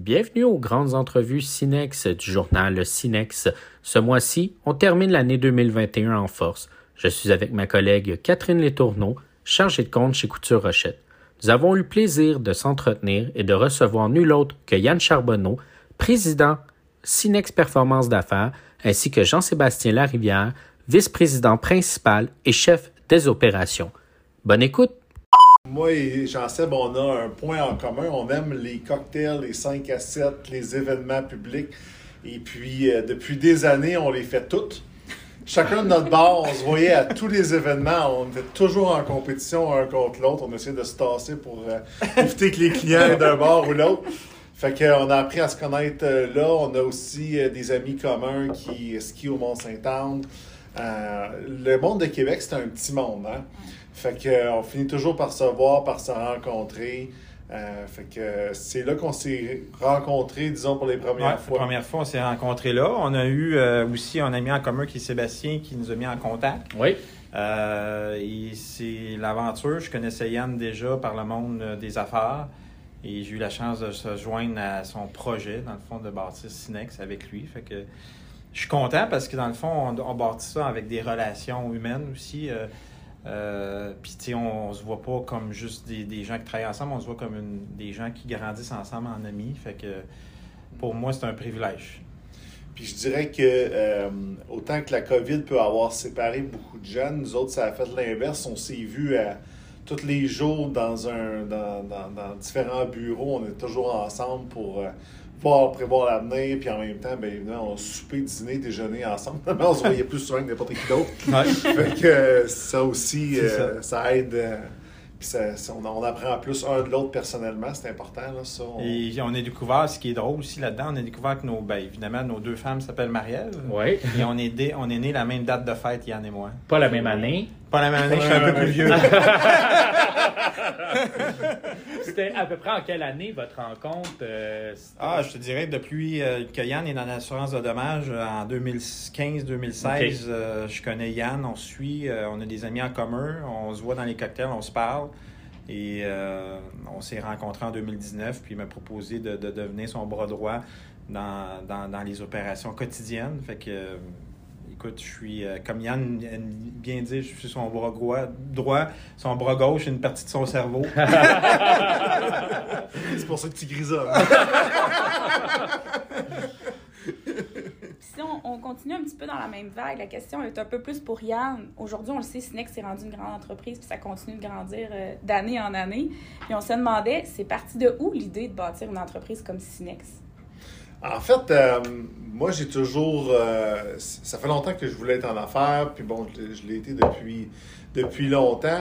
Bienvenue aux grandes entrevues Cinex du journal Cinex. Ce mois-ci, on termine l'année 2021 en force. Je suis avec ma collègue Catherine Letourneau, chargée de compte chez Couture Rochette. Nous avons eu le plaisir de s'entretenir et de recevoir nul autre que Yann Charbonneau, président Cinex Performance d'affaires, ainsi que Jean-Sébastien Larivière, vice-président principal et chef des opérations. Bonne écoute! Moi et Jean-Seb, on a un point en commun. On aime les cocktails, les 5 à 7, les événements publics. Et puis, depuis des années, on les fait toutes. Chacun de notre bar, on se voyait à tous les événements. On était toujours en compétition un contre l'autre. On essayait de se tasser pour éviter que les clients d'un bar ou l'autre. Fait qu'on a appris à se connaître là. On a aussi des amis communs qui skient au Mont-Saint-Anne. Le monde de Québec, c'est un petit monde, hein? Fait qu'on finit toujours par se voir, par se rencontrer. Fait que c'est là qu'on s'est rencontrés, disons, pour les premières fois. La première fois, on s'est rencontrés là. On a eu aussi un ami en commun qui est Sébastien, qui nous a mis en contact. Oui. Et c'est l'aventure. Je connaissais Yann déjà par le monde des affaires. Et j'ai eu la chance de se joindre à son projet, dans le fond, de bâtir Cinex avec lui. Fait que je suis content parce que, dans le fond, on bâtit ça avec des relations humaines aussi. Puis, tu sais, on se voit pas comme juste des gens qui travaillent ensemble, on se voit comme des gens qui grandissent ensemble en amis. Fait que, pour moi, c'est un privilège. Puis je dirais que autant que la COVID peut avoir séparé beaucoup de jeunes, nous autres, ça a fait l'inverse. On s'est vus tous les jours dans différents bureaux. On est toujours ensemble pour prévoir l'avenir. Puis en même temps, bien évidemment, on soupait, dîner, déjeuner ensemble. On se voyait plus souvent que n'importe qui d'autre. Ouais. Fait que ça aussi, ça aide. Puis on apprend plus un de l'autre personnellement. C'est important, là, ça. Et on a découvert, ce qui est drôle aussi là-dedans, on a découvert que évidemment, nos deux femmes s'appellent Marielle. Oui. Et on est nés la même date de fête, Yann et moi. Pas la même année. Pas la même année, je suis un peu plus vieux. C'était à peu près en quelle année votre rencontre? Je te dirais depuis que Yann est dans l'assurance de dommages en 2015-2016, okay. Je connais Yann, on se suit, on a des amis en commun, on se voit dans les cocktails, on se parle. Et on s'est rencontrés en 2019, puis il m'a proposé de devenir son bras droit dans les opérations quotidiennes. Fait que... Écoute, je suis, comme Yann bien dit, je suis son bras droit, son bras gauche, une partie de son cerveau. C'est pour ça que tu grisonnes. Si on continue un petit peu dans la même vague, la question est un peu plus pour Yann. Aujourd'hui, on le sait, Cinex s'est rendu une grande entreprise, puis ça continue de grandir d'année en année. Puis on se demandait, c'est parti de où l'idée de bâtir une entreprise comme Cinex? En fait, moi, j'ai toujours... ça fait longtemps que je voulais être en affaires, puis bon, je l'ai été depuis longtemps.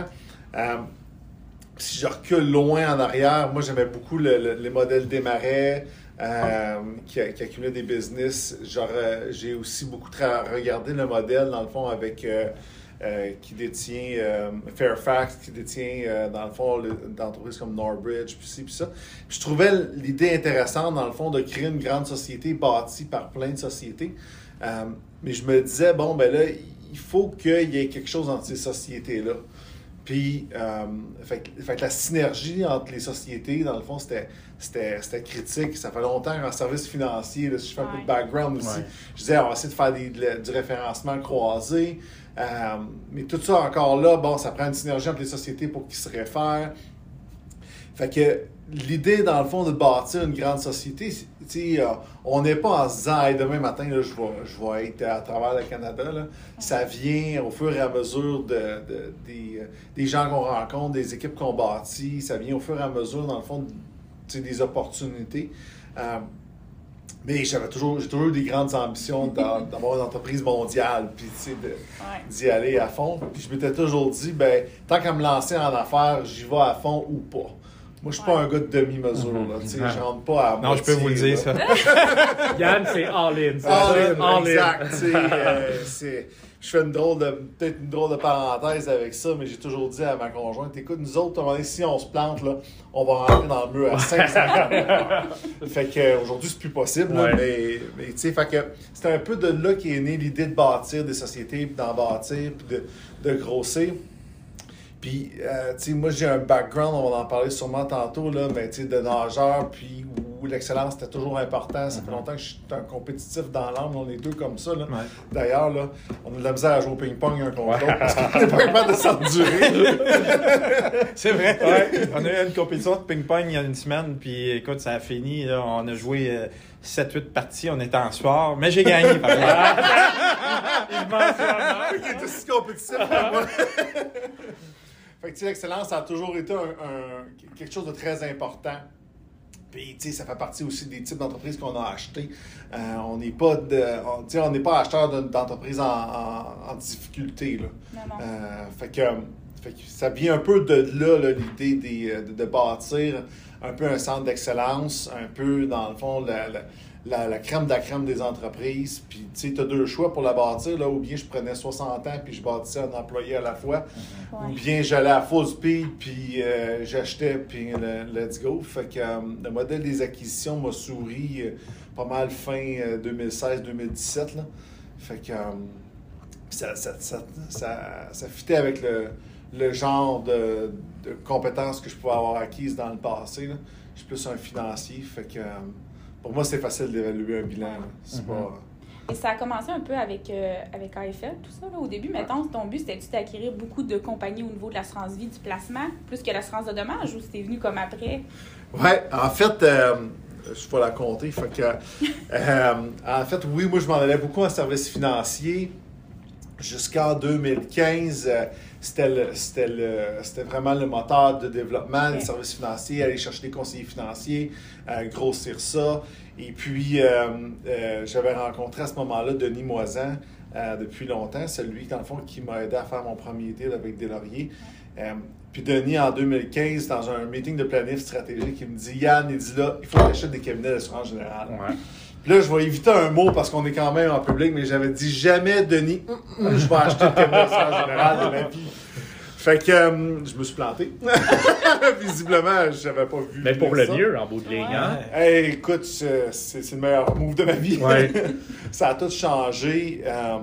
Si je recule loin en arrière, moi, j'aimais beaucoup les modèles Desmarais qui accumulaient des business. J'ai aussi beaucoup regardé le modèle, dans le fond, avec... qui détient Fairfax, qui détient, dans le fond, d'entreprises comme Norbridge, puis ci, puis ça. Puis je trouvais l'idée intéressante, dans le fond, de créer une grande société bâtie par plein de sociétés. Mais je me disais, bon, ben là, il faut qu'il y ait quelque chose entre ces sociétés-là. Puis, fait que la synergie entre les sociétés, dans le fond, c'était critique. Ça fait longtemps qu'en service financier, là, si je fais un peu de background aussi, je disais, on va essayer de faire du référencement croisé. Mais tout ça encore là, bon, ça prend une synergie entre les sociétés pour qu'ils se réfèrent. Fait que l'idée, dans le fond, de bâtir une grande société, on n'est pas en se disant hey, demain matin, là, je vais être à travers le Canada. Là. Ça vient au fur et à mesure des gens qu'on rencontre, des équipes qu'on bâtit. Ça vient au fur et à mesure, dans le fond, des opportunités. Mais j'ai toujours eu des grandes ambitions d'avoir une entreprise mondiale, puis d'y aller à fond. Puis je m'étais toujours dit, tant qu'à me lancer en affaires, j'y vais à fond ou pas. Moi, je suis pas un gars de demi-mesure, là. Je rentre pas à non, je peux vous le dire, ça. Yann, c'est all-in. All-in, exact. Je fais peut-être une drôle de parenthèse avec ça, mais j'ai toujours dit à ma conjointe, écoute, nous autres, si on se plante, là, on va rentrer dans le mur à 500. Fait qu'aujourd'hui, c'est plus possible, là, mais tu sais, fait que c'est un peu de là qu'est née l'idée de bâtir des sociétés, puis d'en bâtir, puis de grossir. Puis, tu sais, moi, j'ai un background, on va en parler sûrement tantôt, là, mais tu sais, de nageur, puis où où l'excellence était toujours important. Ça fait longtemps que je suis un compétitif dans l'âme. On est deux comme ça. Là. D'ailleurs, là, on a de la misère à jouer au ping-pong un contre l'autre parce qu'on n'est pas capable de s'endurer. C'est vrai. Ouais. On a eu une compétition de ping-pong il y a une semaine, puis écoute, ça a fini. Là, on a joué 7-8 parties, on était en soir, mais j'ai gagné par exemple. Il est aussi compétitif que moi. Fait que l'excellence ça a toujours été quelque chose de très important. Puis, ça fait partie aussi des types d'entreprises qu'on a achetées. On n'est pas acheteur d'entreprises en difficulté. Là. Non. Fait que ça vient un peu de là l'idée de bâtir un peu un centre d'excellence, un peu, dans le fond, la crème de la crème des entreprises. Puis, tu as deux choix pour la bâtir. Là, ou bien je prenais 60 ans puis je bâtissais un employé à la fois. Ou bien j'allais à full speed puis j'achetais puis let's go. Fait que le modèle des acquisitions m'a souri pas mal fin 2016-2017. Là. Fait que ça fitait avec le genre de compétences que je pouvais avoir acquises dans le passé. Là. Je suis plus un financier. Fait que pour moi, c'est facile d'évaluer un bilan. C'est pas... Et ça a commencé un peu avec AFL, tout ça. Là. Au début, mettons, ton but, c'était-tu d'acquérir beaucoup de compagnies au niveau de l'assurance vie, du placement, plus que l'assurance de dommages, ou c'était venu comme après? Oui, en fait, je vais la compter. Fait que, en fait, oui, moi, je m'en allais beaucoup en service financier. Jusqu'en 2015, c'était vraiment le moteur de développement des services financiers, aller chercher des conseillers financiers, grossir ça. Et puis, j'avais rencontré à ce moment-là Denis Moisan depuis longtemps, celui, dans le fond, qui m'a aidé à faire mon premier deal avec Deslauriers. Puis Denis, en 2015, dans un meeting de planif stratégique, il me dit « Yann, il dit là, il faut que tu achètes des cabinets d'assurance générale. » Là, je vais éviter un mot parce qu'on est quand même en public, mais j'avais dit jamais, Denis, je vais acheter le cabinet d'assurance générale de ma vie. Fait que je me suis planté. Visiblement, je n'avais pas vu. Mais pour ça. Le mieux, en bout de ligne. Hein? Hey, écoute, c'est le meilleur move de ma vie. Ouais. Ça a tout changé.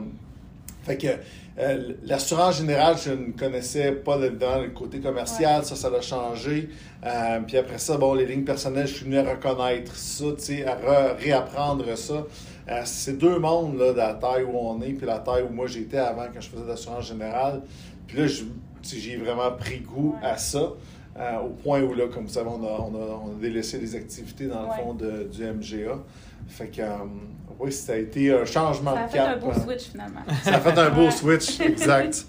Fait que l'assurance générale, je ne connaissais pas dans le côté commercial. Ça l'a changé. Puis après ça, bon, les lignes personnelles, je suis venu à reconnaître ça, à réapprendre ça. C'est deux mondes, là, de la taille où on est puis la taille où moi j'étais avant quand je faisais de l'assurance générale. Puis là, j'ai vraiment pris goût à ça. Au point où, là, comme vous savez, on a délaissé les activités dans le fond du MGA. Fait que, oui, ça a été un changement de cap. Ça a fait un beau switch, finalement. Ça a fait un beau switch, exact.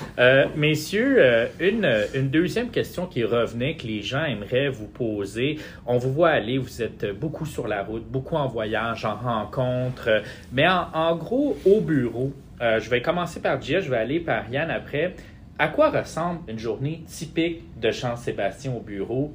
Messieurs, une deuxième question qui revenait, que les gens aimeraient vous poser. On vous voit aller, vous êtes beaucoup sur la route, beaucoup en voyage, en rencontre. Mais en gros, au bureau, je vais commencer par Gia, je vais aller par Yann après. À quoi ressemble une journée typique de Jean-Sébastien au bureau?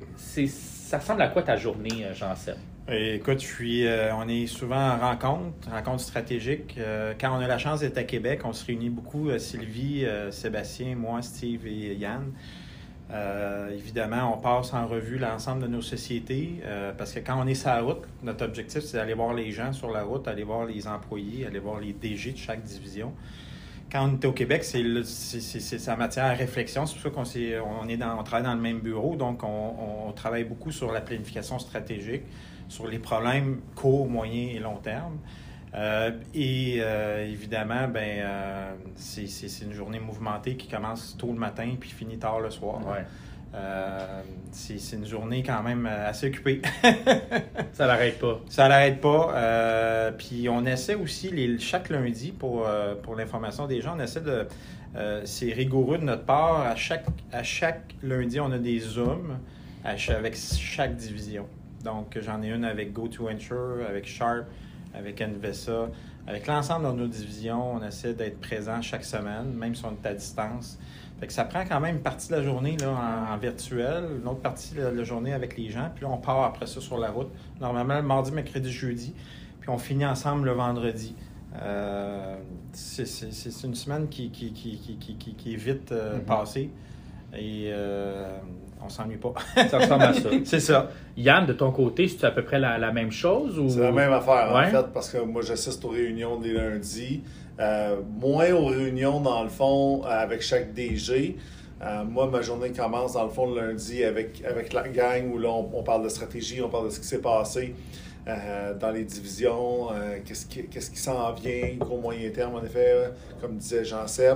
Ça ressemble à quoi ta journée, Jean-Seb? Écoute, on est souvent en rencontre stratégique. Quand on a la chance d'être à Québec, on se réunit beaucoup, Sylvie, Sébastien, moi, Steve et Yann. Évidemment, on passe en revue l'ensemble de nos sociétés parce que quand on est sur la route, notre objectif, c'est d'aller voir les gens sur la route, aller voir les employés, aller voir les DG de chaque division. Quand on était au Québec, c'est sa matière à réflexion. C'est pour ça on travaille dans le même bureau, donc on travaille beaucoup sur la planification stratégique, sur les problèmes court, moyen et long terme. Évidemment, c'est une journée mouvementée qui commence tôt le matin puis finit tard le soir. Ouais. C'est une journée quand même assez occupée. Ça l'arrête pas. Ça l'arrête pas. Puis on essaie aussi, chaque lundi, pour l'information des gens, on essaie de... c'est rigoureux de notre part. À chaque lundi, on a des Zooms avec chaque division. Donc, j'en ai une avec GoToInsure, avec Sharp, avec Envesa. Avec l'ensemble de nos divisions, on essaie d'être présent chaque semaine, même si on est à distance. Fait que ça prend quand même une partie de la journée là, en virtuel, une autre partie de la journée avec les gens, puis là, on part après ça sur la route. Normalement, le mardi, mercredi, jeudi, puis on finit ensemble le vendredi. C'est une semaine qui est vite passée et on s'ennuie pas. Ça ressemble à ça. C'est ça. Yann, de ton côté, c'est à peu près la même chose? Ou... C'est la même affaire, ouais? en fait, parce que moi, j'assiste aux réunions les lundis. Moins aux réunions, dans le fond, avec chaque DG. Moi, ma journée commence dans le fond le lundi avec la gang où là, on parle de stratégie, on parle de ce qui s'est passé dans les divisions, qu'est-ce qui s'en vient, gros moyen terme, en effet, comme disait Jean-Seb.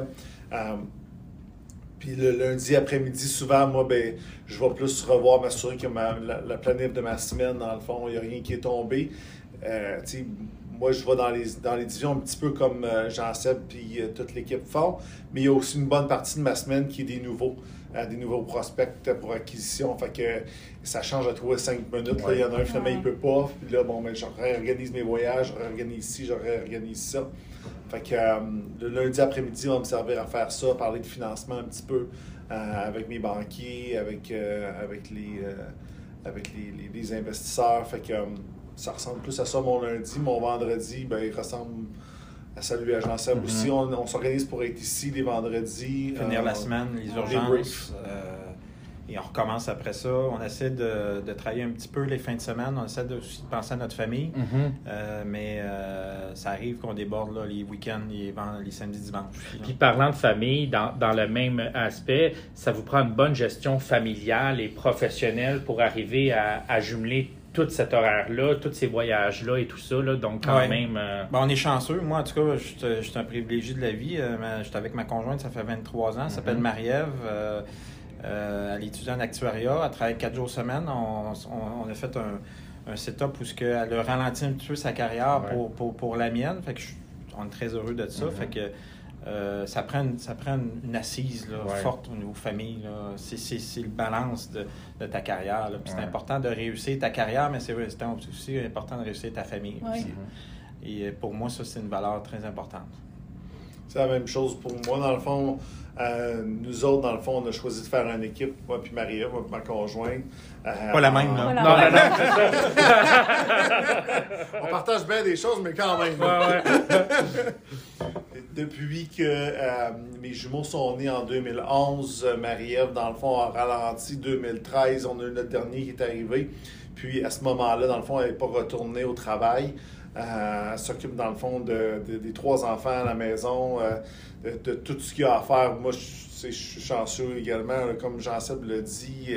Puis le lundi après-midi, souvent, moi, je vais plus revoir, m'assurer que la planète de ma semaine, dans le fond, il n'y a rien qui est tombé. Moi, je vais dans les divisions un petit peu comme Jean-Seb puis toute l'équipe font, mais il y a aussi une bonne partie de ma semaine qui est des nouveaux prospects pour acquisition. Fait que ça change à 3-5 minutes. Là, il y en a un, finalement, il ne peut pas. Puis là, je réorganise mes voyages, je réorganise ci, je réorganise ça. Fait que le lundi après-midi, on va me servir à faire ça, parler de financement un petit peu avec mes banquiers, avec les investisseurs. Fait que ça ressemble plus à ça mon lundi. Mon vendredi, il ressemble à celui à Jean-Seb aussi. On s'organise pour être ici les vendredis. Finir la semaine, les urgences. Et on recommence après ça. On essaie de travailler un petit peu les fins de semaine. On essaie aussi de penser à notre famille. Mais ça arrive qu'on déborde là, les week-ends, les samedis, dimanches. Puis parlant de famille, dans le même aspect, ça vous prend une bonne gestion familiale et professionnelle pour arriver à jumeler tout cet horaire-là, tous ces voyages-là et tout ça. Là, donc, quand même... on est chanceux. Moi, en tout cas, je suis un privilégié de la vie. Je suis avec ma conjointe, ça fait 23 ans. Elle s'appelle Marie-Ève. Elle étudie en actuariat. Elle travaille 4 jours semaine. On a fait un setup où elle a ralenti un petit peu sa carrière pour la mienne. Fait que on est très heureux de ça. Fait que ça prend une assise là, forte au niveau famille. Là. C'est le balance de ta carrière. Là. C'est important de réussir ta carrière, mais c'est aussi important de réussir ta famille. Et pour moi, ça, c'est une valeur très importante. C'est la même chose pour moi. Dans le fond, nous autres, dans le fond, on a choisi de faire une équipe, moi puis Marie-Ève, moi puis ma conjointe. Pas la même, non? Non, On partage bien des choses, mais quand même. Depuis que mes jumeaux sont nés en 2011, Marie-Ève, dans le fond, a ralenti 2013. On a eu notre dernier qui est arrivé. Puis, à ce moment-là, dans le fond, elle n'est pas retournée au travail. Elle s'occupe, dans le fond, des 3 enfants à la maison, de tout ce qu'il y a à faire. Moi, je suis chanceux également. Comme Jean-Seb l'a dit,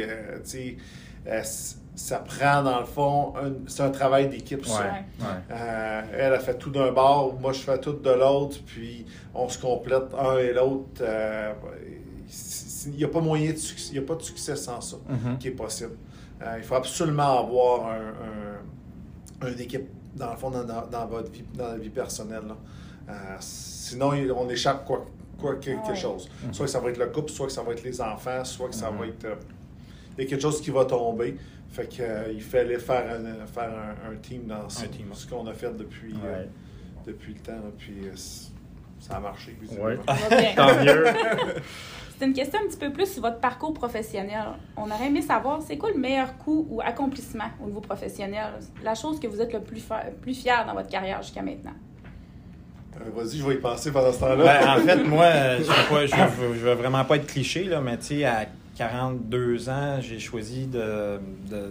ça prend, dans le fond, c'est un travail d'équipe, ça. Elle a fait tout d'un bord, moi, je fais tout de l'autre, puis on se complète un et l'autre. Il n'y a pas moyen de succès, il n'y a pas de succès sans ça qui est possible. Il faut absolument avoir une équipe, dans le fond, dans votre vie, dans la vie personnelle. Sinon, on échappe quelque chose. Soit que ça va être le couple, soit que ça va être les enfants, soit que ça va être... il y a quelque chose qui va tomber. Fait qu'il fallait faire un team dans ça. Ce qu'on a fait depuis le temps. Là, puis ça a marché. Tant mieux. C'est une question un petit peu plus sur votre parcours professionnel. On aurait aimé savoir, c'est quoi le meilleur coup ou accomplissement au niveau professionnel? La chose que vous êtes le plus fier dans votre carrière jusqu'à maintenant? Vas-y, je vais y penser pendant ce temps-là. En fait, moi, je veux vraiment pas être cliché, là, mais tu sais, à 42 ans, j'ai choisi de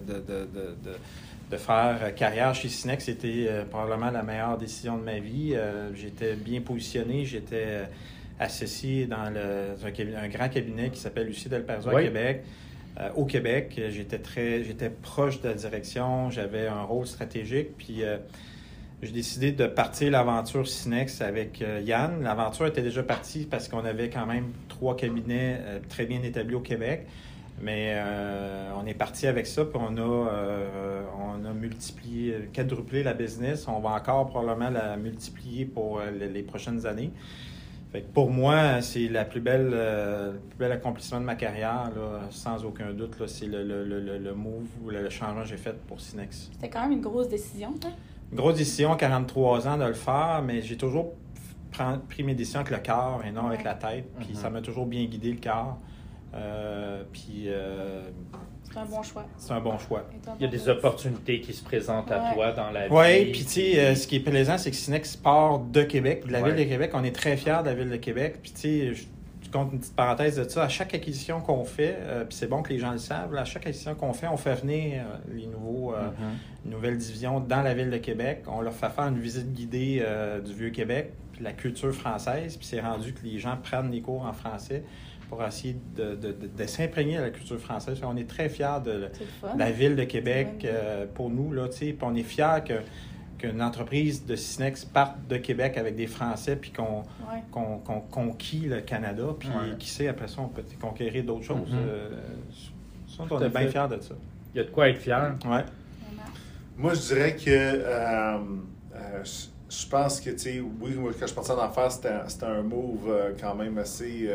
faire carrière chez Cinex. C'était probablement la meilleure décision de ma vie. J'étais bien positionné, j'étais associé dans un grand cabinet qui s'appelle Lucie Delperzo à Québec. Au Québec, j'étais proche de la direction, j'avais un rôle stratégique, puis j'ai décidé de partir l'aventure Cinex avec Yann. L'aventure était déjà partie parce qu'on avait quand même 3 cabinets très bien établis au Québec. Mais on est parti avec ça, puis on a multiplié, quadruplé la business. On va encore probablement la multiplier pour les prochaines années. Fait que pour moi, c'est le plus bel accomplissement de ma carrière, là, sans aucun doute. Là, c'est le move ou le changement que j'ai fait pour Cinex. C'était quand même une grosse décision, toi? Une grosse décision à 43 ans de le faire, mais j'ai toujours pris mes décisions avec le cœur et non avec la tête. Puis ça m'a toujours bien guidé, le cœur. C'est un bon choix. C'est un bon choix. Il y a des opportunités qui se présentent à toi dans la vie. Oui, puis tu sais, ce qui est plaisant, c'est que Cinex part de Québec, de la Ville de Québec. On est très fiers de la Ville de Québec. Puis tu sais, je compte une petite parenthèse de ça. À chaque acquisition qu'on fait, puis c'est bon que les gens le savent, là, à chaque acquisition qu'on fait, on fait venir les nouvelles divisions dans la Ville de Québec. On leur fait faire une visite guidée du Vieux-Québec. la culture française, puis c'est rendu que les gens prennent les cours en français pour essayer de s'imprégner de la culture française. On est très fiers de la ville de Québec pour nous, là, tu sais, puis on est fiers qu'une entreprise de Cinex parte de Québec avec des Français, puis qu'on conquit le Canada, puis qui sait, après ça, on peut conquérir d'autres choses. On est bien fiers de ça. Il y a de quoi être fier. Ouais. Moi, je dirais que je pense que, tu sais, oui, moi, quand je partais en affaires, c'était un move quand même assez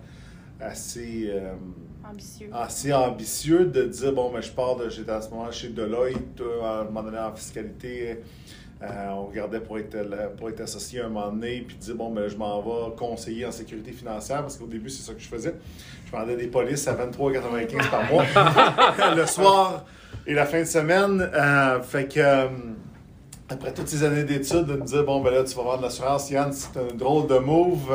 ambitieux de dire, bon, mais je pars j'étais à ce moment chez Deloitte, à un moment donné en fiscalité, on regardait pour être associé à un moment donné, puis dire, bon, ben je m'en vais conseiller en sécurité financière, parce qu'au début, c'est ça que je faisais. Je vendais des polices à 23,95 par mois, le soir et la fin de semaine. Fait que, après toutes ces années d'études, de me dire, bon, ben là, tu vas vendre de l'assurance, Yann, c'est un drôle de move.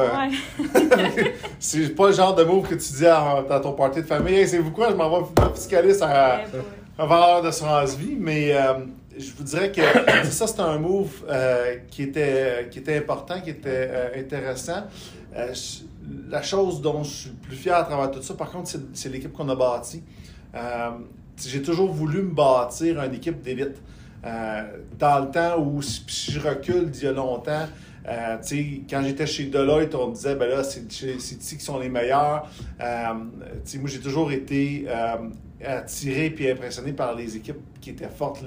C'est pas le genre de move que tu dis dans ton party de famille. Hey, c'est-vous quoi, je m'en vais fiscaliste à vendeur d'assurance vie. Mais je vous dirais que ça, c'est un move qui était important, qui était intéressant. La chose dont je suis le plus fier à travers tout ça, par contre, c'est l'équipe qu'on a bâtie. J'ai toujours voulu me bâtir une équipe d'élite. Dans le temps où, si je recule d'il y a longtemps, quand j'étais chez Deloitte, on me disait, ben là, c'est ici qui sont les meilleurs. Moi, j'ai toujours été attiré et impressionné par les équipes qui étaient fortes,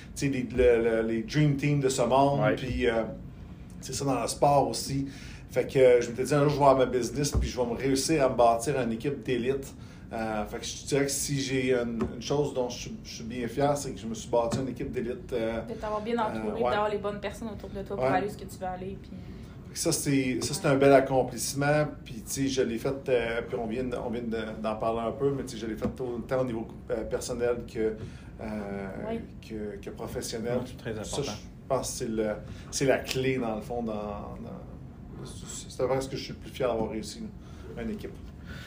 les Dream Team de ce monde. Puis c'est ça dans le sport aussi. Fait que je m'étais dit, un jour, je vais avoir ma business puis je vais me réussir à me bâtir une équipe d'élite. Fait que je dirais que si j'ai une chose dont je suis bien fier, c'est que je me suis bâti une équipe d'élite. De t'avoir bien entouré, d'avoir les bonnes personnes autour de toi pour aller où ce que tu veux aller. Puis... Ça, c'est un bel accomplissement. Puis, tu sais, je l'ai fait, puis on vient d'en parler un peu, mais tu sais, je l'ai fait autant au niveau personnel que professionnel. C'est très important. Ça, je pense que c'est la clé, dans le fond. C'est vraiment ce que je suis le plus fier d'avoir réussi, là, une équipe.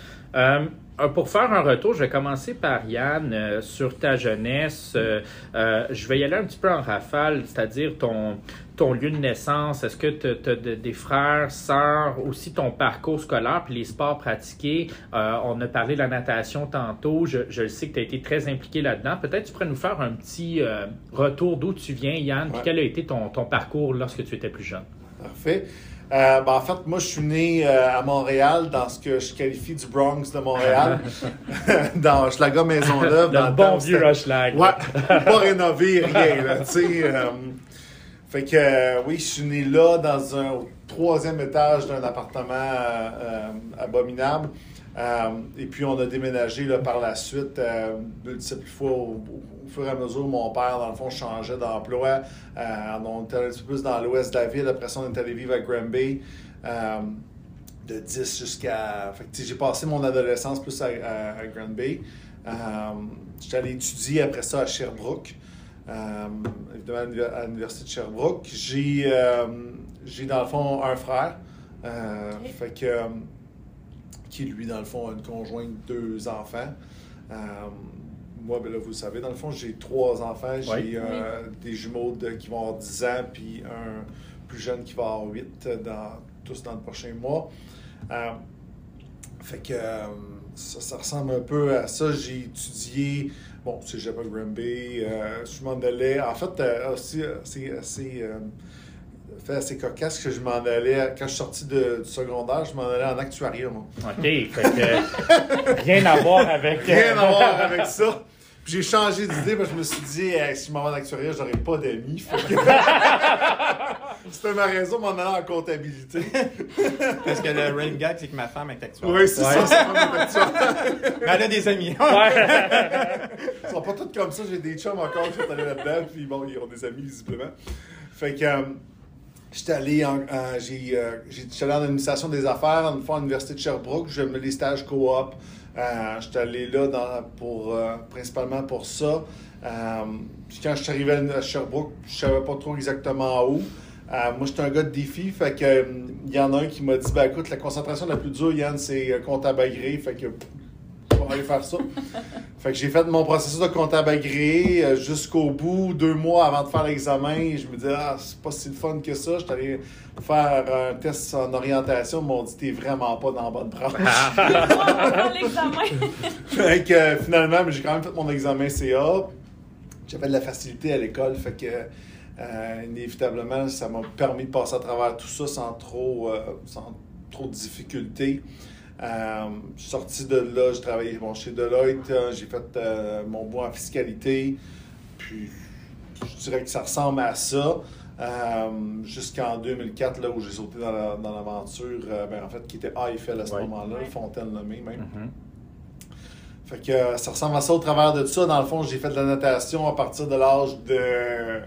Pour faire un retour, je vais commencer par Yann sur ta jeunesse. Je vais y aller un petit peu en rafale, c'est-à-dire ton lieu de naissance. Est-ce que tu as des frères, sœurs, aussi ton parcours scolaire puis les sports pratiqués? On a parlé de la natation tantôt. Je sais que tu as été très impliqué là-dedans. Peut-être tu pourrais nous faire un petit retour d'où tu viens, Yann, puis quel a été ton parcours lorsque tu étais plus jeune? Parfait. En fait, moi, je suis né à Montréal, dans ce que je qualifie du Bronx de Montréal, dans Hochelaga Maisonneuve. Dans le bon vieux Hochelaga. Ouais, pas rénové, rien, là, tu sais. Fait que, oui, je suis né là, dans un 3e étage d'un appartement abominable. Et puis, on a déménagé là, par la suite, multiples fois, au fur et à mesure, mon père, dans le fond, changeait d'emploi. On était un petit peu plus dans l'ouest de la ville. Après ça, on est allé vivre à Granby, de 10 jusqu'à... Fait que, j'ai passé mon adolescence plus à Granby. J'étais allé étudier après ça à Sherbrooke, évidemment à l'université de Sherbrooke. J'ai dans le fond, un frère. Fait que... qui, lui, dans le fond, a une conjointe, 2 enfants. Moi, ben là, vous le savez, dans le fond, j'ai 3 enfants. J'ai des jumeaux qui vont avoir 10 ans, puis un plus jeune qui va avoir 8, tous dans le prochain mois. Fait que ça ressemble un peu à ça. J'ai étudié, bon, c'est Cégep à Granby, je m'en allais. En fait, aussi, c'est assez cocasse que je m'en allais, quand je suis sorti du secondaire, je m'en allais en actuariat, moi. OK, fait que rien à voir avec... Rien à voir avec ça. Puis j'ai changé d'idée, parce que je me suis dit, si je m'en vais en actuariat, j'aurais pas d'amis. C'était ma raison de m'en aller en comptabilité. Parce que le rain gag, c'est que ma femme est actuaire. Oui, c'est ça, c'est pas mon actuaire. Mais elle a des amis. Ils sont pas tous comme ça, j'ai des chums encore qui sont allés là-dedans, puis bon, ils ont des amis, visiblement. Fait que... J'étais allé en administration des affaires, une fois à l'université de Sherbrooke. J'ai mené les stages coop. J'étais allé là principalement pour ça. Puis quand je suis arrivé à Sherbrooke, je savais pas trop exactement où. Moi, j'étais un gars de défi. Fait que il y en a un qui m'a dit, écoute, la concentration la plus dure, Yann, c'est comptable agréé. Fait que va aller faire ça. Fait que j'ai fait mon processus de comptable agréé jusqu'au bout, 2 mois avant de faire l'examen. Je me disais, c'est pas si le fun que ça. J'étais allé faire un test en orientation. Ils m'ont dit, t'es vraiment pas dans la bonne branche. L'examen. Fait que finalement, j'ai quand même fait mon examen CA. J'avais de la facilité à l'école. Fait que inévitablement, ça m'a permis de passer à travers tout ça sans trop de difficultés. Je suis sorti de là, j'ai travaillé chez Deloitte, j'ai fait mon bout en fiscalité, puis je dirais que ça ressemble à ça, jusqu'en 2004, là, où j'ai sauté dans l'aventure, en fait, qui était AFL à ce moment-là, Fontaine-Lemay même. Fait que ça ressemble à ça au travers de tout ça. Dans le fond, j'ai fait de la natation à partir de l'âge de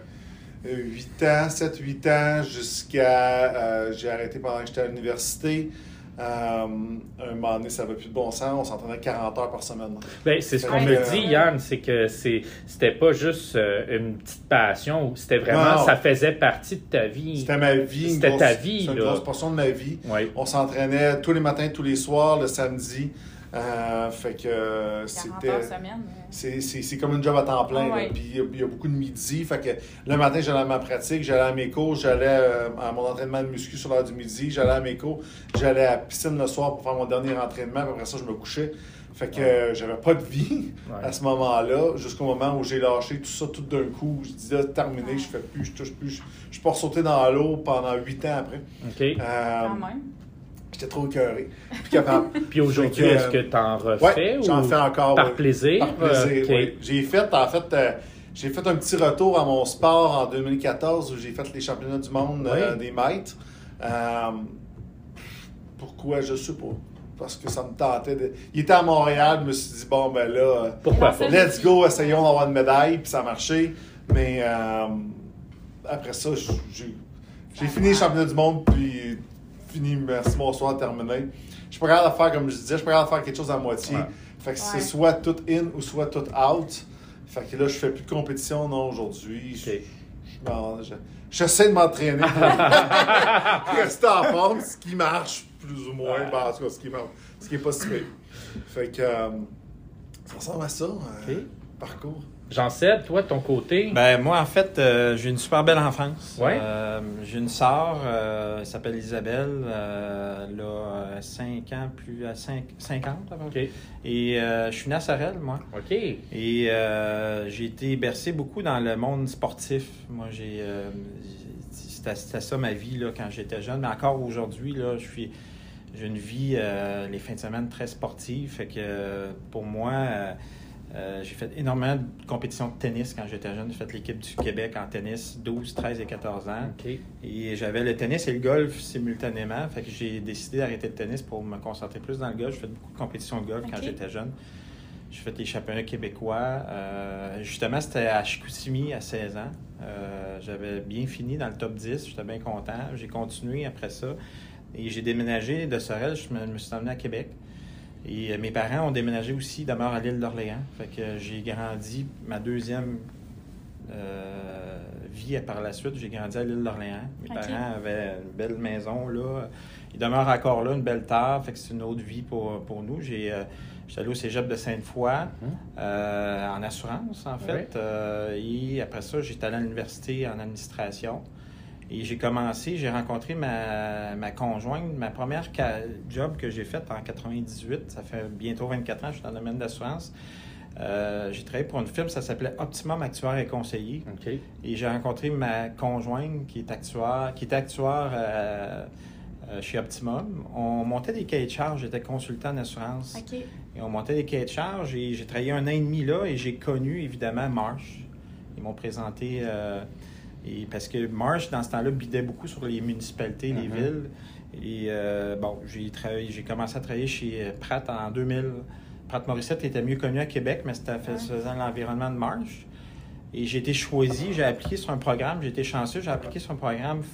7-8 ans, jusqu'à... j'ai arrêté pendant que j'étais à l'université. Un moment donné, ça n'avait plus de bon sens. On s'entraînait 40 heures par semaine. Bien, c'est ce qu'on me dit, Yann, c'est que c'était pas juste une petite passion, c'était vraiment, ça faisait partie de ta vie. C'était ma vie. C'était ta vie, là. C'est une grosse portion de ma vie. Oui. On s'entraînait tous les matins, tous les soirs, le samedi. Fait que c'était... 40 heures semaine. C'est comme un job à temps plein. Ouais. Puis il y a beaucoup de midi. Fait que le matin, j'allais à ma pratique, j'allais à mes cours, j'allais à mon entraînement de muscu sur l'heure du midi, j'allais à mes cours, j'allais à la piscine le soir pour faire mon dernier entraînement. Puis après ça, je me couchais. Fait que j'avais pas de vie à ce moment-là, jusqu'au moment où j'ai lâché tout ça tout d'un coup. Je disais, terminé, je fais plus, je touche plus. Je suis pas ressauté dans l'eau pendant 8 ans après. OK. Quand même. J'étais trop écœuré. Plus capable. Puis aujourd'hui, est-ce que tu en refais ou j'en fais encore. par plaisir? Par plaisir, okay. oui. J'ai fait un petit retour à mon sport en 2014 où j'ai fait les championnats du monde des maîtres. Pourquoi? Je sais pas. Parce que ça me tentait de... Il était à Montréal, je me suis dit, bon, ben là, pourquoi pas? Let's go, essayons d'avoir une médaille, puis ça a marché. Mais après ça, j'ai fini les championnats du monde, puis fini, merci, bonsoir, terminé. Je suis pas capable de faire, comme je disais, je suis pas capable de faire quelque chose à moitié. Ouais. Fait que c'est soit tout in ou soit tout out. Fait que là, je fais plus de compétition, non, aujourd'hui. Okay. J'essaie de m'entraîner pour rester en forme, ce qui marche plus ou moins. Ben, en tout cas, ce qui est pas si pire. Fait que ça ressemble à ça, parcours. Jean-Seb, toi, de ton côté? Ben moi, en fait, j'ai une super belle enfance. Ouais. J'ai une sœur, elle s'appelle Isabelle, elle a 5 ans, plus à 50 à peu près. Et je suis né à Sorel, moi. OK. Et j'ai été bercé beaucoup dans le monde sportif. Moi, c'était ça ma vie là, quand j'étais jeune. Mais encore aujourd'hui, là, j'ai une vie, les fins de semaine, très sportive. Fait que pour moi... j'ai fait énormément de compétitions de tennis quand j'étais jeune. J'ai fait l'équipe du Québec en tennis 12, 13 et 14 ans. Okay. Et j'avais le tennis et le golf simultanément. Fait que j'ai décidé d'arrêter le tennis pour me concentrer plus dans le golf. J'ai fait beaucoup de compétitions de golf quand j'étais jeune. J'ai fait les championnats québécois. Justement, c'était à Chicoutimi à 16 ans. J'avais bien fini dans le top 10. J'étais bien content. J'ai continué après ça. Et j'ai déménagé de Sorel. Je me suis emmené à Québec. Et mes parents ont déménagé aussi, demeure à l'île d'Orléans. Fait que j'ai grandi, ma deuxième vie par la suite, j'ai grandi à l'île d'Orléans. Mes parents avaient une belle maison là. Ils demeurent encore là, une belle terre. Fait que c'est une autre vie pour nous. J'étais allé au cégep de Sainte-Foy en assurance, en fait. Et après ça, j'étais allé à l'université en administration. Et j'ai rencontré ma conjointe, ma première job que j'ai faite en 98, ça fait bientôt 24 ans, je suis dans le domaine d'assurance. J'ai travaillé pour une firme, ça s'appelait Optimum Actuaire et Conseiller. Okay. Et j'ai rencontré ma conjointe qui était actuaire chez Optimum. On montait des cahiers de charges, j'étais consultant en assurance. Okay. Et on montait des cahiers de charges et j'ai travaillé 1 an et demi là et j'ai connu évidemment Marsh. Ils m'ont présenté... Et parce que Marsh, dans ce temps-là, bidait beaucoup sur les municipalités, les villes. Et j'ai commencé à travailler chez Pratt en 2000. Pratt Morissette était mieux connu à Québec, mais c'était faisant l'environnement de Marsh. Et j'ai été choisi, j'ai appliqué sur un programme, j'ai été chanceux, j'ai appliqué sur un programme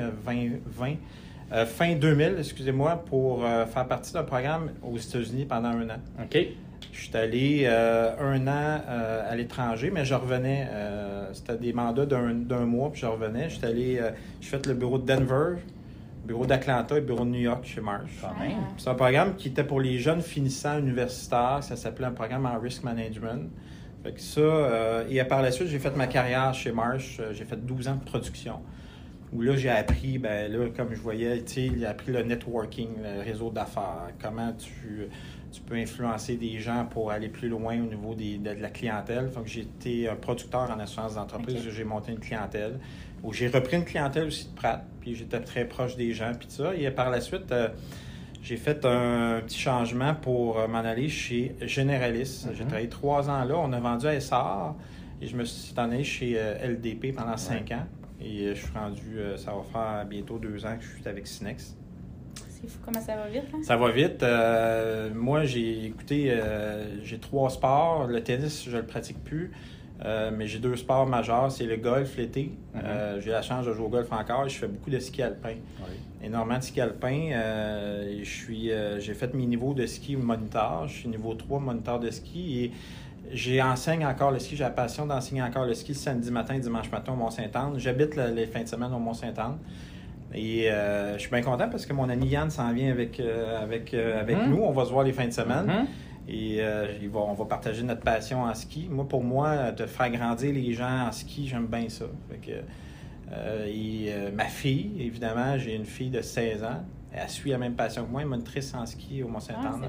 fin 2000, excusez-moi, pour faire partie d'un programme aux États-Unis pendant 1 an. OK. Je suis allé 1 an à l'étranger, mais je revenais. C'était des mandats d'un mois, puis je revenais. J'ai fait le bureau de Denver, bureau d'Atlanta et bureau de New York chez Marsh. Quand même. C'est un programme qui était pour les jeunes finissants universitaires. Ça s'appelait un programme en risk management. Fait que ça, et par la suite, j'ai fait ma carrière chez Marsh. J'ai fait 12 ans de production. Où là, j'ai appris, comme je voyais, j'ai appris le networking, le réseau d'affaires. Comment tu peux influencer des gens pour aller plus loin au niveau de la clientèle. Fait que j'ai été un producteur en assurance d'entreprise. J'ai monté une clientèle. Où j'ai repris une clientèle aussi de Pratt. Puis j'étais très proche des gens. Puis ça. Et par la suite, j'ai fait un petit changement pour m'en aller chez Generalis. J'ai travaillé 3 ans là. On a vendu à SR. Et je me suis en allé chez LDP pendant 5 ans. Et je suis rendu, ça va faire bientôt 2 ans que je suis avec Sinex. C'est fou comment ça va vite, hein? Ça va vite. Moi, j'ai 3 sports. Le tennis, je le pratique plus. Mais j'ai 2 sports majeurs. C'est le golf l'été. J'ai la chance de jouer au golf encore. Et je fais beaucoup de ski alpin. Oui. Énormément de ski alpin. J'ai fait mes niveaux de ski moniteur. Je suis niveau 3 moniteur de ski. Et j'enseigne encore le ski. J'ai la passion d'enseigner encore le ski le samedi matin et dimanche matin au Mont-Saint-Anne. J'habite les fins de semaine au Mont-Saint-Anne. Et je suis bien content parce que mon ami Yann s'en vient avec nous. On va se voir les fins de semaine. Et on va partager notre passion en ski. Pour moi, de faire grandir les gens en ski, j'aime bien ça. Fait que, ma fille, évidemment, j'ai une fille de 16 ans. Elle suit la même passion que moi. Elle est monitrice en ski au Mont-Saint-Anne.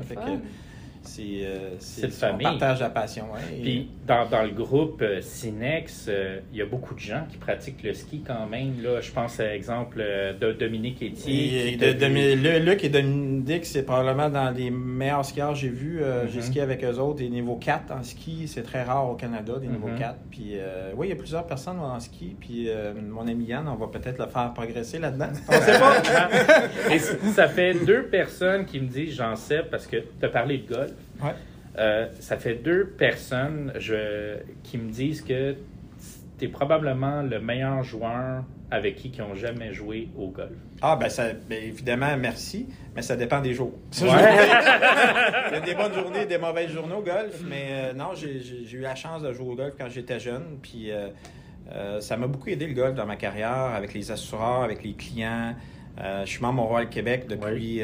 C'est on partage la passion. Ouais. Puis dans le groupe Sinex, il y a beaucoup de gens qui pratiquent le ski quand même. Là, je pense à l'exemple de Dominique Étier. Luc et Dominique, c'est probablement dans les meilleurs skieurs que j'ai vus. J'ai skié avec eux autres. Des niveaux 4 en ski, c'est très rare au Canada, des niveaux 4. Puis oui, il y a plusieurs personnes en ski. Puis mon ami Yann, on va peut-être le faire progresser là-dedans. On sait pas. Et ça fait 2 personnes qui me disent, j'en sais, parce que tu as parlé de golf. Ouais. Ça fait 2 personnes qui me disent que tu es probablement le meilleur joueur avec qui n'ont jamais joué au golf. Ah, évidemment, merci, mais ça dépend des jours. Ouais. Il y a des bonnes journées, des mauvaises journées au golf, mais non, j'ai eu la chance de jouer au golf quand j'étais jeune, puis ça m'a beaucoup aidé le golf dans ma carrière, avec les assureurs, avec les clients. Je suis membre au Royal Québec depuis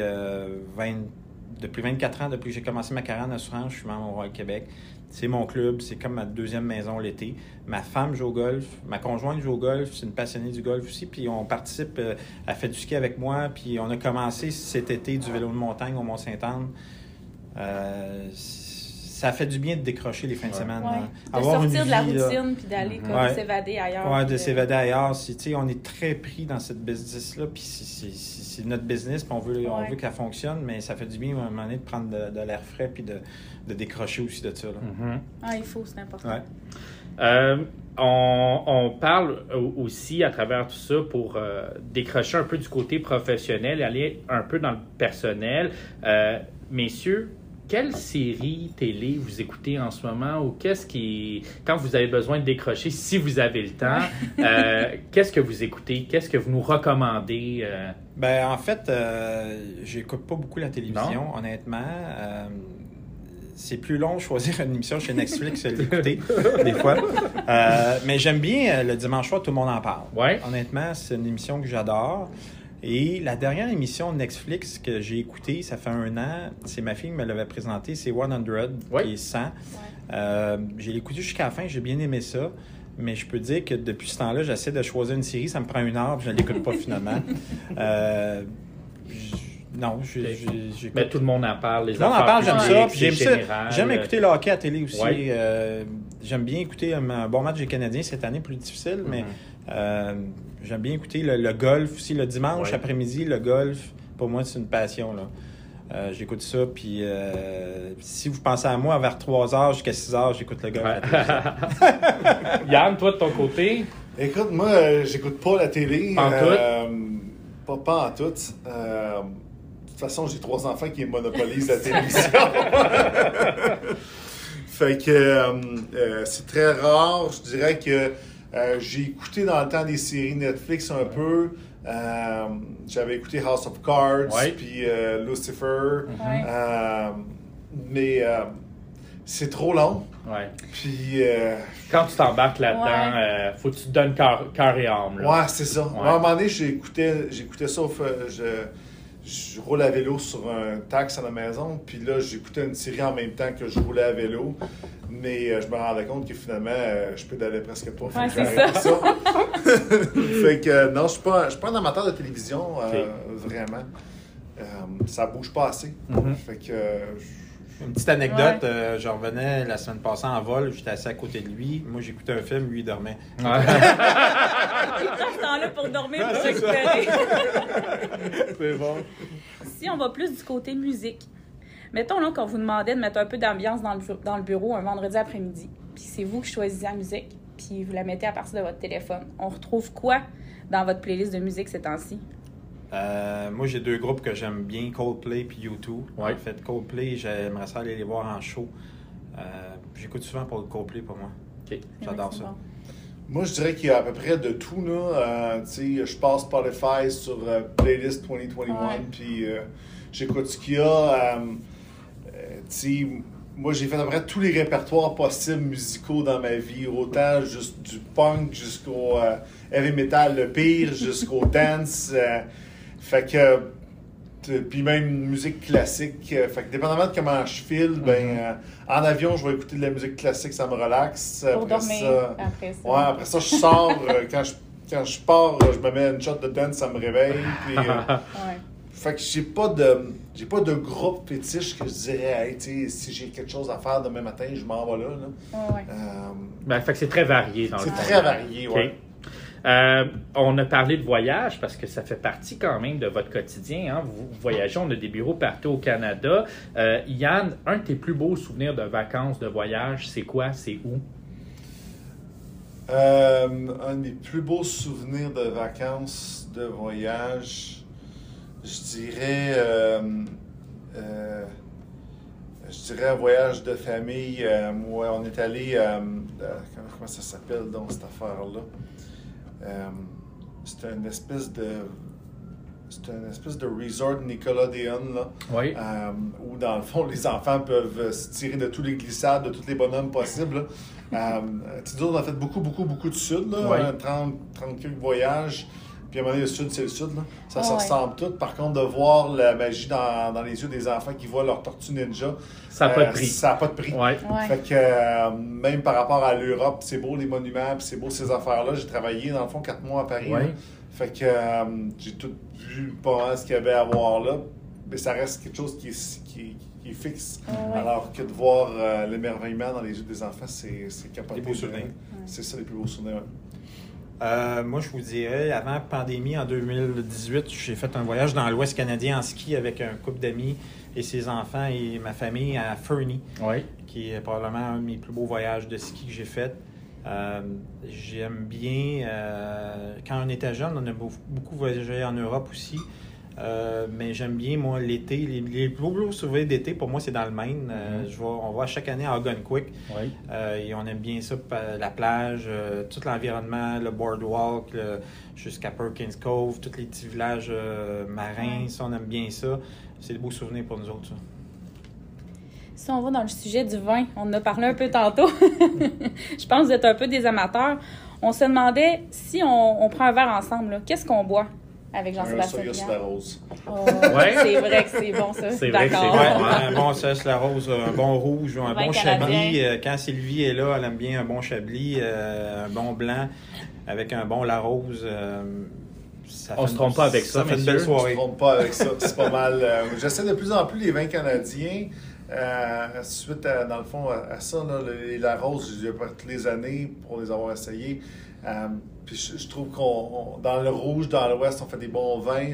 24 ans, depuis que j'ai commencé ma carrière en assurance, je suis membre au Royal Québec. C'est mon club, c'est comme ma 2e maison l'été. Ma femme joue au golf, ma conjointe joue au golf, c'est une passionnée du golf aussi. Puis on participe, elle fait du ski avec moi. Puis on a commencé cet été du vélo de montagne au Mont-Saint-Anne. Ça fait du bien de décrocher les fins de semaine. De sortir de la routine puis d'aller s'évader ailleurs. Oui, de s'évader ailleurs. On est très pris dans cette business-là. Puis c'est notre business, puis on veut qu'elle fonctionne, mais ça fait du bien à un moment donné de prendre de l'air frais puis de décrocher aussi de ça. Là. Il faut, c'est important. Ouais. On parle aussi à travers tout ça pour décrocher un peu du côté professionnel et aller un peu dans le personnel. Messieurs, quelle série télé vous écoutez en ce moment ou quand vous avez besoin de décrocher, si vous avez le temps, qu'est-ce que vous écoutez? Qu'est-ce que vous nous recommandez? En fait, j'écoute pas beaucoup la télévision, honnêtement. C'est plus long de choisir une émission chez Netflix et l'écouter, des fois. Mais j'aime bien le dimanche soir, tout le monde en parle. Ouais. Honnêtement, c'est une émission que j'adore. Et la dernière émission de Netflix que j'ai écoutée, ça fait 1 an, c'est ma fille qui me l'avait présentée, c'est 100, qui est 100. J'ai écouté jusqu'à la fin, j'ai bien aimé ça. Mais je peux dire que depuis ce temps-là, j'essaie de choisir une série, ça me prend 1 heure, puis je ne l'écoute pas finalement. Non, j'écoute. Mais tout le monde en parle, les Tout le monde en parle, j'aime ça. Puis J'aime écouter le hockey à la télé aussi. Ouais. J'aime bien écouter un bon match des Canadiens cette année, plus difficile, mais j'aime bien écouter le golf aussi. Le dimanche après-midi, le golf, pour moi, c'est une passion. Là. J'écoute ça, puis si vous pensez à moi, vers 3h jusqu'à 6h, j'écoute le golf. Yann, toi, de ton côté? Écoute, moi, j'écoute pas la télé. Pas en tout. De toute façon, j'ai 3 enfants qui monopolisent la télévision. Fait que c'est très rare. Je dirais que j'ai écouté dans le temps des séries Netflix un peu. J'avais écouté House of Cards, puis Lucifer. Mais c'est trop long. Ouais. Puis... Quand tu t'embarques là-dedans, faut que tu te donnes cœur et âme. Là. Ouais, c'est ça. Ouais. À un moment donné, j'écoutais ça, je roule à vélo sur un tax à la maison, puis là, j'écoutais une série en même temps que je roulais à vélo, mais je me rendais compte que finalement, je pédalais presque pas. Ouais, c'est ça. Fait que non, je suis pas un amateur de télévision, vraiment. Ça bouge pas assez. Mm-hmm. Fait que... Une petite anecdote, je revenais la semaine passée en vol, j'étais assis à côté de lui. Moi, j'écoutais un film, lui, il dormait. Il prend ce temps-là pour dormir, pour récupérer. C'est bon. Si on va plus du côté musique, mettons là qu'on vous demandait de mettre un peu d'ambiance dans le bureau un vendredi après-midi, puis c'est vous qui choisissez la musique, puis vous la mettez à partir de votre téléphone. On retrouve quoi dans votre playlist de musique ces temps-ci? Moi, j'ai 2 groupes que j'aime bien, Coldplay puis U2. Ouais. En fait, Coldplay, j'aimerais ça aller les voir en show. J'écoute souvent pour le Coldplay pour moi. Okay. J'adore ça. Bon. Moi, je dirais qu'il y a à peu près de tout, là. Tu sais, je passe Spotify sur Playlist 2021, puis j'écoute ce qu'il y a. Tu sais, moi, j'ai fait à peu près tous les répertoires possibles musicaux dans ma vie, autant juste du punk jusqu'au heavy metal, le pire, jusqu'au dance. Fait que... Puis même musique classique. Fait que dépendamment de comment je file, en avion, je vais écouter de la musique classique, ça me relaxe. Pour dormir, après ça. Ouais, après ça, je sors. Quand je pars, je me mets une shot de dance, ça me réveille. Puis, fait que j'ai pas de groupe fétiche que je dirais, hey, tu sais, si j'ai quelque chose à faire demain matin, je m'en vais là. Fait que c'est très varié dans le fond. C'est très varié, okay. ouais. On a parlé de voyage parce que ça fait partie quand même de votre quotidien. Hein? Vous voyagez, on a des bureaux partout au Canada. Yann, un de tes plus beaux souvenirs de vacances, de voyage, c'est quoi? C'est où? Un de mes plus beaux souvenirs de vacances, de voyage, je dirais un voyage de famille. Moi, on est allé... comment ça s'appelle donc cette affaire-là? C'était une espèce de resort Nickelodeon, là, oui. Où, dans le fond, les enfants peuvent se tirer de tous les glissades, de tous les bonhommes possibles. On a fait beaucoup de sud, là, oui. 30 quelques voyages. Puis à un moment donné, le sud, c'est le sud. Là. Ça se ressemble tout. Par contre, de voir la magie dans les yeux des enfants qui voient leur tortue ninja, ça n'a pas de prix. Ça n'a pas de prix. Ouais. Fait que même par rapport à l'Europe, c'est beau les monuments, puis c'est beau ces affaires-là. J'ai travaillé, dans le fond, 4 mois à Paris. Ouais. Fait que j'ai tout vu pas mal ce qu'il y avait à voir là. Mais ça reste quelque chose qui est fixe. Ouais. Alors que de voir l'émerveillement dans les yeux des enfants, c'est capoté. Les beaux souvenirs. C'est ça, les plus beaux souvenirs. Moi, je vous dirais, avant la pandémie, en 2018, j'ai fait un voyage dans l'Ouest canadien en ski avec un couple d'amis et ses enfants et ma famille à Fernie, oui. qui est probablement un de mes plus beaux voyages de ski que j'ai fait. J'aime bien, quand on était jeune, on a beaucoup voyagé en Europe aussi. Mais j'aime bien, moi, l'été. Les plus beaux souvenirs d'été, pour moi, c'est dans le Maine. On va chaque année à Algonquin. Oui. Et on aime bien ça, la plage, tout l'environnement, le boardwalk, jusqu'à Perkins Cove, tous les petits villages marins. Ça, on aime bien ça. C'est des beaux souvenirs pour nous autres, ça. Si on va dans le sujet du vin, on en a parlé un peu tantôt. Je pense que vous êtes un peu des amateurs. On se demandait, si on prend un verre ensemble, là, qu'est-ce qu'on boit? Avec Jean-Sébastien. Un Soya sur la rose. Oh, c'est vrai que c'est bon, ça. C'est vrai que d'accord. c'est bon, un bon Soya sur la rose, un bon rouge, un bon canadien. chablis. Quand Sylvie est là, elle aime bien un bon chablis, un bon blanc avec un bon larose. On se trompe pas avec ça, fait une belle soirée. On se trompe pas avec ça. C'est pas mal. J'essaie de plus en plus les vins canadiens. Suite, dans le fond, à ça, là, les laroses, j'ai appris toutes les années pour les avoir essayés. Puis je trouve dans le rouge, dans l'ouest, on fait des bons vins.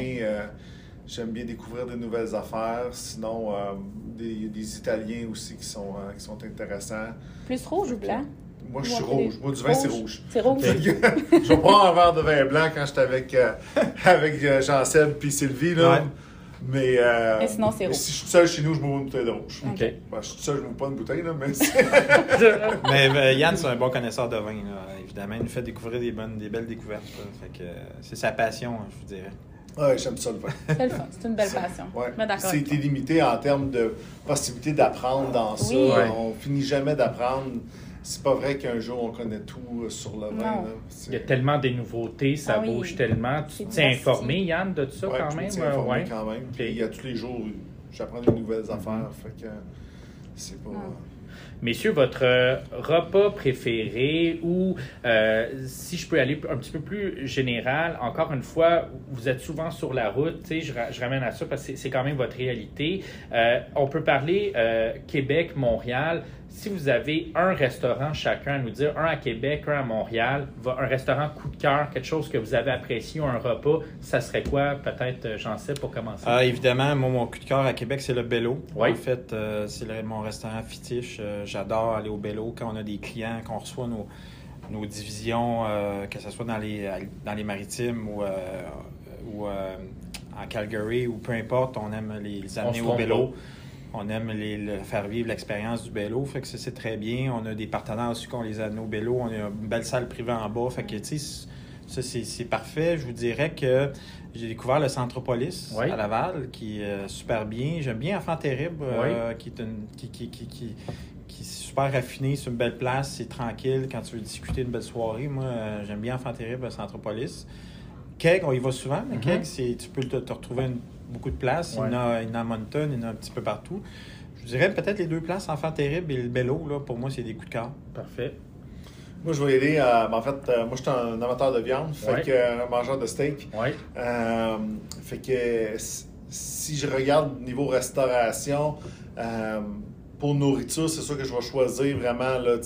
J'aime bien découvrir de nouvelles affaires. Sinon, des Italiens aussi qui sont intéressants. Plus rouge ou blanc? Moi, je suis rouge. Moi, du vin, c'est rouge. C'est rouge. Je vais prendre un verre de vin blanc quand j'étais avec Jean-Seb puis Sylvie. Là. Ouais. Mais sinon, c'est rouge. Si je suis seul chez nous, je bois une bouteille de rouge. OK. Ben, je suis seul, je ne bois pas une bouteille, là, mais Mais Yann, c'est un bon connaisseur de vin, là. Évidemment. Il nous fait découvrir des belles découvertes. Là. Fait que c'est sa passion, je vous dirais. Ouais, j'aime ça le vin. C'est le fun, c'est une belle passion. Ouais. Mais d'accord. C'est illimité en termes de possibilité d'apprendre dans ça. Oui. Ouais. On finit jamais d'apprendre. C'est pas vrai qu'un jour on connaît tout sur le vin. Non. Là. Il y a tellement des nouveautés, ça Ah oui. bouge tellement. Tu C'est t'es diversifié. informé, Yann, de ça Ouais, quand je me même? tiens informé Ouais. quand même. Puis Ok. il y a tous les jours, j'apprends des nouvelles affaires. Fait que c'est pas. Messieurs, votre repas préféré ou, si je peux aller un petit peu plus général, encore une fois, vous êtes souvent sur la route, tu sais, je ramène à ça parce que c'est quand même votre réalité. On peut parler Québec, Montréal. Si vous avez un restaurant chacun à nous dire, un à Québec, un à Montréal, un restaurant coup de cœur, quelque chose que vous avez apprécié ou un repas, ça serait quoi? Peut-être, j'en sais, pour commencer. Évidemment, moi, mon coup de cœur à Québec, c'est le Bello. Oui. En fait, c'est mon restaurant fétiche. J'adore aller au Bello quand on a des clients, qu'on reçoit nos divisions, que ce soit dans les maritimes ou en Calgary ou peu importe, on aime les amener au Bello. On aime faire vivre l'expérience du Bello. Fait que ça, c'est très bien. On a des partenaires aussi qu'on les amène au Bello. On a une belle salle privée en bas. Fait que, tu sais, ça, c'est parfait. Je vous dirais que j'ai découvert le Centropolis Oui. à Laval, qui est super bien. J'aime bien Enfant Terrible, qui est super raffiné. C'est une belle place. C'est tranquille quand tu veux discuter une belle soirée. Moi, j'aime bien Enfant Terrible à Centropolis. Keg, on y va souvent, mais Keg, tu peux te retrouver beaucoup de places. Ouais. Il y en a à Moncton, il y en a un petit peu partout. Je dirais peut-être les deux places, Enfant Terrible et le Bello, là, pour moi, c'est des coups de cœur. Parfait. Moi, je vais y aller. En fait, moi, je suis un amateur de viande, fait que un mangeur de steak. Oui. Fait que si je regarde niveau restauration, pour nourriture, c'est sûr que je vais choisir vraiment là,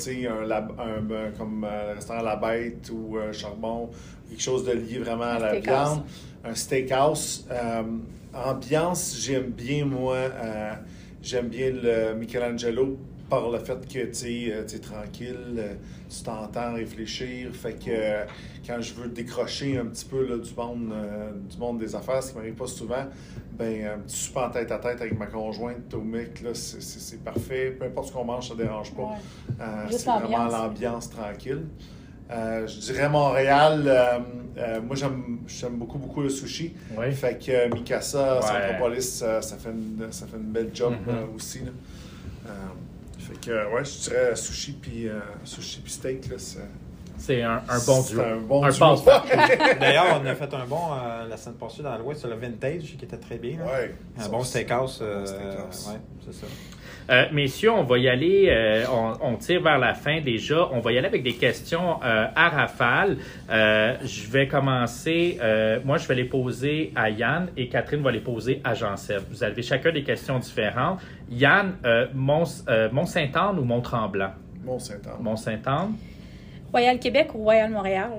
comme le restaurant La Bête ou Charbon, quelque chose de lié vraiment à la viande. Un steakhouse. Ambiance, j'aime bien, moi, j'aime bien le Michelangelo par le fait que tu es tranquille, tu t'entends réfléchir. Fait que quand je veux décrocher un petit peu là, du monde des affaires, ce qui m'arrive pas souvent, un petit souper en tête à tête avec ma conjointe au Mic, là, c'est parfait. Peu importe ce qu'on mange, ça dérange pas. Ouais. C'est vraiment l'ambiance tranquille. Je dirais Montréal, moi j'aime beaucoup le sushi. Oui. Fait que Mikasa, Centropolis, ça fait une belle job aussi. Là. Fait que je dirais sushi puis steak. Là, c'est un bon duo. C'est un bon duo. Passe-partout. D'ailleurs, on a fait un bon la semaine passée dans l'Ouest sur le Vintage, qui était très bien. Là. Ouais, un bon steakhouse. steakhouse. C'est ça. Messieurs, on va y aller, on tire vers la fin déjà. On va y aller avec des questions à rafale. Je vais commencer, moi je vais les poser à Yann et Catherine va les poser à Jean-Seb. Vous avez chacun des questions différentes. Yann, Mont-Saint-Anne ou Mont-Tremblant? Mont-Saint-Anne. Mont-Saint-Anne. Royal Québec ou Royal Montréal?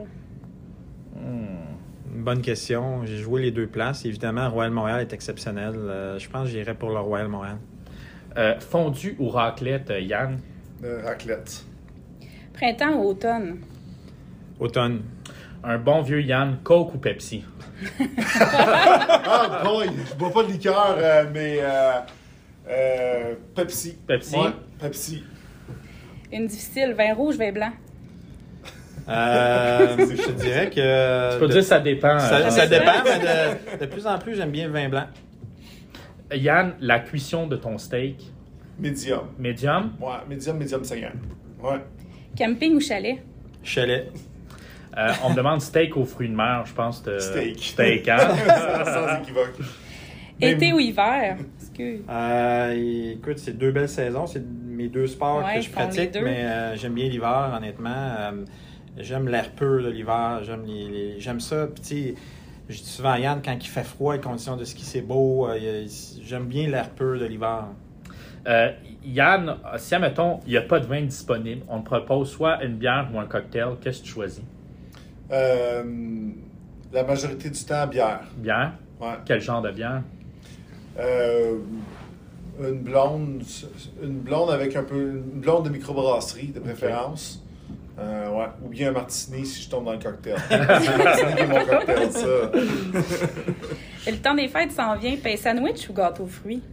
Une bonne question. J'ai joué les deux places. Évidemment, Royal Montréal est exceptionnel. Je pense que j'irais pour le Royal Montréal. Fondue ou raclette, Yann? Raclette. Printemps ou automne? Automne. Un bon vieux Yann, Coke ou Pepsi? Ah boy, je bois pas de liqueur, mais Pepsi. Pepsi? Ouais, Pepsi. Une difficile, vin rouge, vin blanc? Je te dirais que... Tu peux dire ça dépend. Ça dépend, mais de plus en plus, j'aime bien le vin blanc. Yann, la cuisson de ton steak? Medium. Medium? Ouais, medium saignant. Ouais. Camping ou chalet? Chalet. On me demande steak aux fruits de mer, je pense. Steak. Steak, hein? Sans équivoque. Été ou hiver? Écoute, c'est deux belles saisons. C'est mes deux sports que je pratique, mais j'aime bien l'hiver, honnêtement. J'aime l'air pur de l'hiver. J'aime ça. Puis, tu sais, je dis souvent à Yann, quand il fait froid, les conditions de ski, c'est beau. J'aime bien l'air pur de l'hiver. Yann, si, admettons, il n'y a pas de vin disponible, on te propose soit une bière ou un cocktail, qu'est-ce que tu choisis? La majorité du temps, bière. Bière? Ouais. Quel genre de bière? Une blonde avec un peu... Une blonde de microbrasserie, de préférence. Ouais. Ou bien un martini si je tombe dans le cocktail. C'est mon cocktail, ça. Et le temps des fêtes s'en vient. Pain sandwich ou gâteau aux fruits?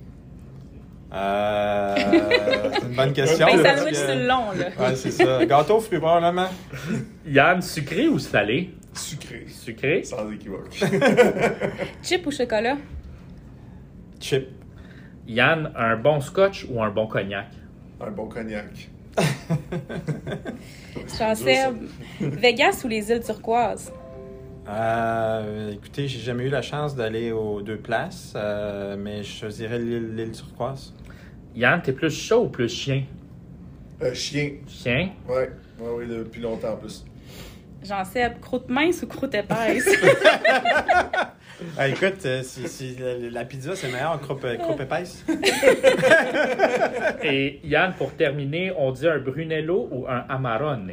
C'est une bonne question. Pain sandwich, c'est le long, là. Ouais, c'est ça. Gâteau aux fruits, probablement. Yann, sucré ou salé? Sucré. Sucré. Sans équivoque. Chip ou chocolat? Chip. Yann, un bon scotch ou un bon cognac? Un bon cognac. Jean-Seb, Vegas ou les îles turquoises? Écoutez, j'ai jamais eu la chance d'aller aux deux places, mais je choisirais l'île turquoise. Yann, t'es plus chaud ou plus chien? Chien. Chien? Oui, depuis longtemps en plus. Jean-Seb, croûte mince ou croûte épaisse? Écoute, la pizza, c'est meilleur en croupe épaisse. Et Yann, pour terminer, on dit un Brunello ou un Amarone?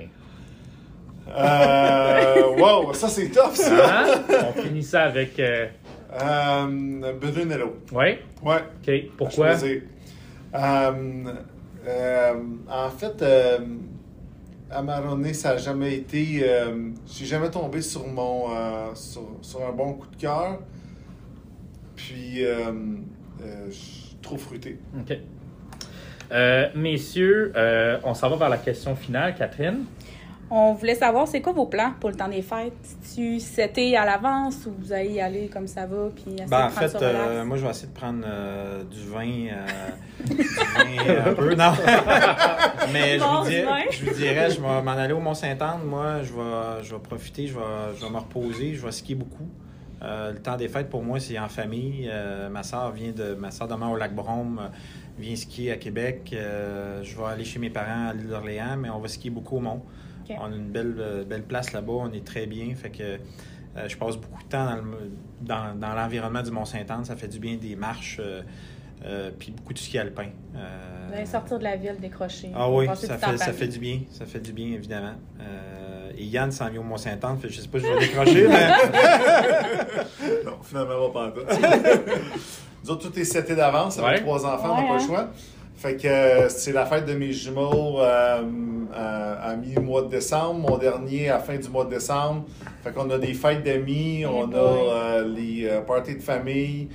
Wow, ça c'est tough, ça! Hein? On finit ça avec... Brunello. Oui? Ouais. OK. Pourquoi? En fait, Amarone, ça n'a jamais été... j'ai jamais tombé sur sur un bon coup de cœur. Puis, je suis trop fruité. OK. Messieurs, on s'en va vers la question finale. Catherine? On voulait savoir, c'est quoi vos plans pour le temps des fêtes? Si c'était à l'avance ou vous allez y aller comme ça va? Puis essayer de En prendre fait, ça relax? moi, je vais essayer de prendre du vin un peu, non. Mais Bon, je vous dirais, je vais m'en aller au Mont-Sainte-Anne. Moi, je vais profiter, je vais me reposer, je vais skier beaucoup. Le temps des fêtes, pour moi, c'est en famille. Ma soeur demeure au Lac-Brome, vient skier à Québec. Je vais aller chez mes parents à l'île d'Orléans, mais on va skier beaucoup au Mont. Okay. On a une belle place là-bas, on est très bien. Fait que je passe beaucoup de temps dans l'environnement du Mont-Sainte-Anne. Ça fait du bien des marches, puis beaucoup de ski alpin. Vous allez sortir de la ville, décrocher. Ah oui, ça fait du bien. Ça fait du bien, évidemment. Et Yann s'en vient au Mont-Sainte-Anne. Je ne sais pas si je vais décrocher, mais... Non, finalement, pas en tout. Nous autres, tout est seté d'avance. Avec 3 enfants, on n'a pas le choix. Fait que c'est la fête de mes jumeaux à mi-mois de décembre. Mon dernier à fin du mois de décembre. Fait qu'on a des fêtes d'amis, on a les parties de famille.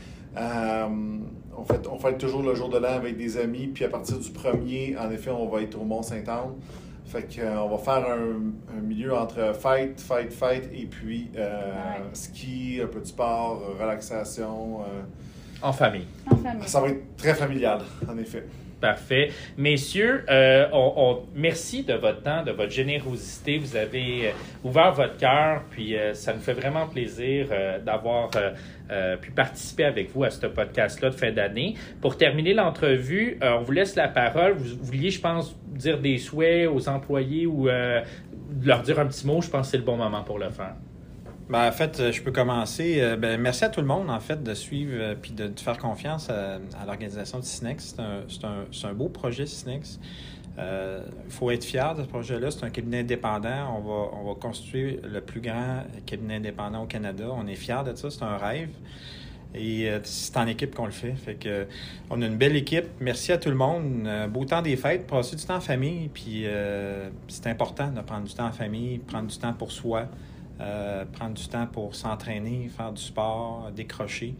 On fête toujours le jour de l'an avec des amis. Puis à partir du 1er, en effet, on va être au Mont-Sainte-Anne. Fait qu'on va faire un milieu entre fête et puis ski, un peu de sport, relaxation. En famille. Ça va être très familial, en effet. Parfait. Messieurs, merci de votre temps, de votre générosité. Vous avez ouvert votre cœur, puis ça nous fait vraiment plaisir d'avoir pu participer avec vous à ce podcast-là de fin d'année. Pour terminer l'entrevue, on vous laisse la parole. Vous vouliez, je pense, dire des souhaits aux employés ou leur dire un petit mot. Je pense que c'est le bon moment pour le faire. En fait, je peux commencer. Merci à tout le monde, en fait, de suivre et de faire confiance à l'organisation de Cinex. C'est un beau projet, Cinex. Il faut être fier de ce projet-là. C'est un cabinet indépendant. On va construire le plus grand cabinet indépendant au Canada. On est fiers de ça. C'est un rêve. Et c'est en équipe qu'on le fait. Fait que on a une belle équipe. Merci à tout le monde. Beau temps des fêtes. Passer du temps en famille. Puis c'est important de prendre du temps en famille, prendre du temps pour soi. Prendre du temps pour s'entraîner, faire du sport, décrocher.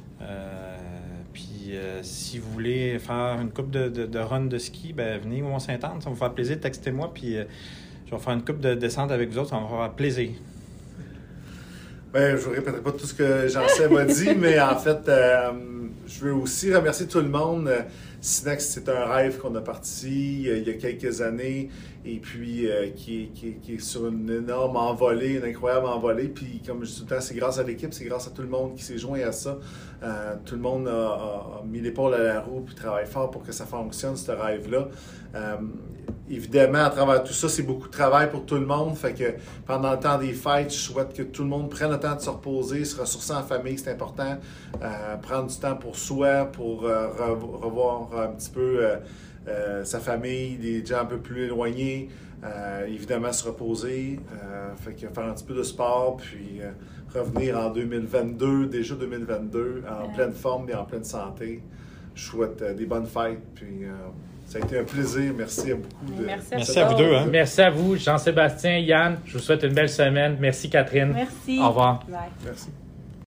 Puis si vous voulez faire une coupe de run de ski, venez au Mont-Sainte-Anne, ça va vous faire plaisir. Textez-moi, puis je vais faire une coupe de descente avec vous autres, ça va me faire plaisir. Je ne vous répéterai pas tout ce que Jean-Seb m'a dit, mais en fait, je veux aussi remercier tout le monde. Cinex, c'est un rêve qu'on a parti il y a quelques années et puis qui est sur une énorme envolée, une incroyable envolée. Puis comme je dis tout le temps, c'est grâce à l'équipe, c'est grâce à tout le monde qui s'est joint à ça. Tout le monde a mis l'épaule à la roue puis travaille fort pour que ça fonctionne, ce rêve-là. Évidemment, à travers tout ça, c'est beaucoup de travail pour tout le monde. Fait que pendant le temps des fêtes, je souhaite que tout le monde prenne le temps de se reposer, se ressourcer en famille, c'est important. Prendre du temps pour soi, pour revoir un petit peu sa famille, des gens un peu plus éloignés. Évidemment, se reposer. Fait que faire un petit peu de sport, puis revenir en 2022, déjà 2022, en pleine forme et en pleine santé. Je souhaite des bonnes fêtes, puis... ça a été un plaisir. Merci à beaucoup. Merci à vous deux. Hein? Merci à vous, Jean-Sébastien, Yann. Je vous souhaite une belle semaine. Merci, Catherine. Merci. Au revoir. Bye. Merci.